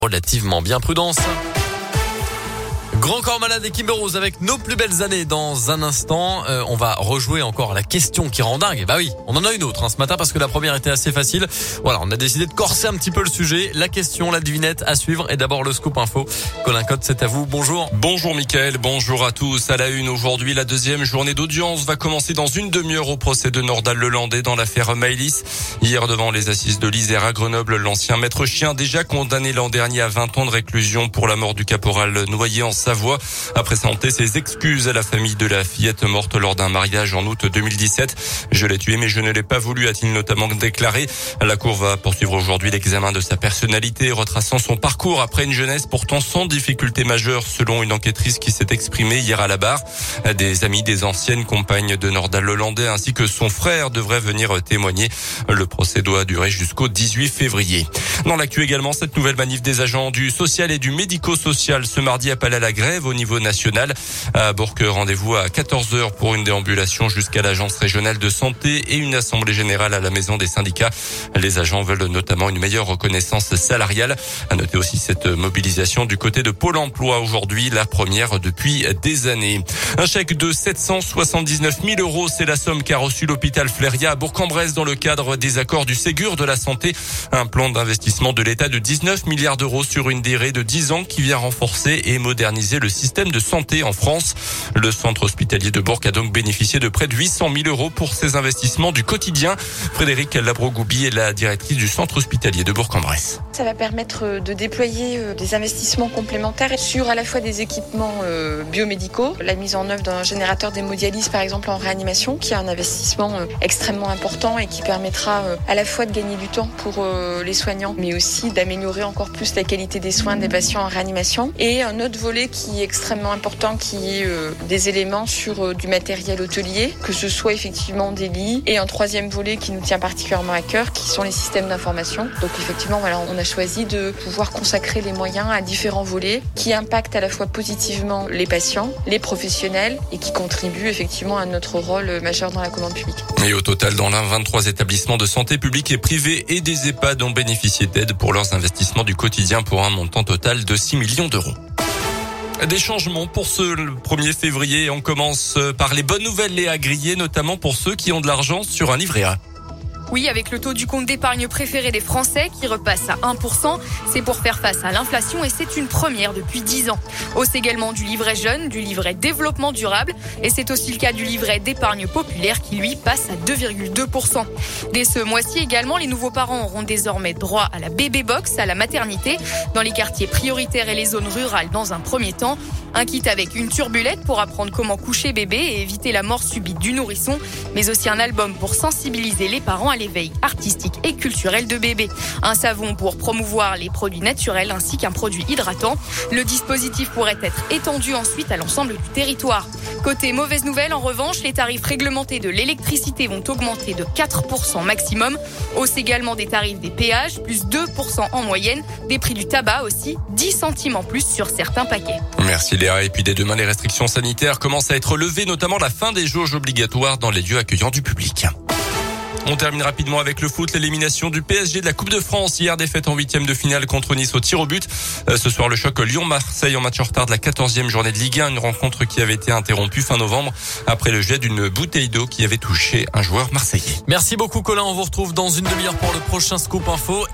Relativement bien, Prudence. Grand Corps Malade et Kimber Rose avec nos plus belles années dans un instant. On va rejouer encore la question qui rend dingue. Bah oui, on en a une autre ce matin parce que la première était assez facile. Voilà, on a décidé de corser un petit peu le sujet. La question, la devinette à suivre et d'abord le scoop info. Colin Cotte, c'est à vous. Bonjour. Bonjour Mickaël, bonjour à tous. À la une aujourd'hui, la deuxième journée d'audience va commencer dans une demi-heure au procès de Nordal-Lelandais dans l'affaire Maëlys. Hier, devant les assises de l'Isère à Grenoble, l'ancien maître chien déjà condamné l'an dernier à 20 ans de réclusion pour la mort du caporal noyé en Savoie a présenté ses excuses à la famille de la fillette morte lors d'un mariage en août 2017. Je l'ai tué mais je ne l'ai pas voulu, a-t-il notamment déclaré. La cour va poursuivre aujourd'hui l'examen de sa personnalité, retraçant son parcours après une jeunesse pourtant sans difficulté majeure, selon une enquêtrice qui s'est exprimée hier à la barre. Des amis, des anciennes compagnes de Nordal-Lelandais ainsi que son frère devraient venir témoigner. Le procès doit durer jusqu'au 18 février. Dans l'actu également, cette nouvelle manif des agents du social et du médico-social ce mardi appelle à la grève au niveau national. À Bourg, rendez-vous à 14h pour une déambulation jusqu'à l'agence régionale de santé et une assemblée générale à la maison des syndicats. Les agents veulent notamment une meilleure reconnaissance salariale. À noter aussi cette mobilisation du côté de Pôle emploi aujourd'hui, la première depuis des années. Un chèque de 779 000 €, c'est la somme qu'a reçu l'hôpital Fléria à Bourg-en-Bresse dans le cadre des accords du Ségur de la santé. Un plan d'investissement de l'État de 19 milliards d'euros sur une durée de 10 ans qui vient renforcer et moderniser le système de santé en France. Le centre hospitalier de Bourg a donc bénéficié de près de 800 000 € pour ses investissements du quotidien. Frédéric Labro-Goubi est la directrice du centre hospitalier de Bourg-en-Bresse. Ça va permettre de déployer des investissements complémentaires sur à la fois des équipements biomédicaux, la mise en œuvre d'un générateur d'hémodialyse par exemple en réanimation, qui est un investissement extrêmement important et qui permettra à la fois de gagner du temps pour les soignants, mais aussi d'améliorer encore plus la qualité des soins des patients en réanimation. Et un autre volet qui est extrêmement important, qui est des éléments sur du matériel hôtelier, que ce soit effectivement des lits, et un troisième volet qui nous tient particulièrement à cœur, qui sont les systèmes d'information. Donc effectivement, voilà, on a choisi de pouvoir consacrer les moyens à différents volets qui impactent à la fois positivement les patients, les professionnels et qui contribuent effectivement à notre rôle majeur dans la commande publique. Et au total, dans l'Ain, 23 établissements de santé publics et privés et des EHPAD ont bénéficié d'aide pour leurs investissements du quotidien pour un montant total de 6 millions d'euros. Des changements pour ce 1er février. On commence par les bonnes nouvelles, Léa Grillet, notamment pour ceux qui ont de l'argent sur un livret A. Oui, avec le taux du compte d'épargne préféré des Français qui repasse à 1%. C'est pour faire face à l'inflation et c'est une première depuis 10 ans. Hausse également du livret jeune, du livret développement durable et c'est aussi le cas du livret d'épargne populaire qui lui passe à 2,2%. Dès ce mois-ci également, les nouveaux parents auront désormais droit à la bébé box, à la maternité, dans les quartiers prioritaires et les zones rurales dans un premier temps. Un kit avec une turbulette pour apprendre comment coucher bébé et éviter la mort subite du nourrisson, mais aussi un album pour sensibiliser les parents à l'éveil artistique et culturel de bébé. Un savon pour promouvoir les produits naturels ainsi qu'un produit hydratant. Le dispositif pourrait être étendu ensuite à l'ensemble du territoire. Côté mauvaise nouvelle, en revanche, les tarifs réglementés de l'électricité vont augmenter de 4% maximum. Hausse également des tarifs des péages, plus 2% en moyenne. Des prix du tabac aussi, 10 centimes en plus sur certains paquets. Merci Léa. Et puis dès demain, les restrictions sanitaires commencent à être levées, notamment la fin des jauges obligatoires dans les lieux accueillant du public. On termine rapidement avec le foot, l'élimination du PSG de la Coupe de France. Hier, défaite en 8e de finale contre Nice au tir au but. Ce soir, le choc Lyon-Marseille en match en retard de la 14e journée de Ligue 1. Une rencontre qui avait été interrompue fin novembre après le jet d'une bouteille d'eau qui avait touché un joueur marseillais. Merci beaucoup Colin, on vous retrouve dans une demi-heure pour le prochain Scoop Info.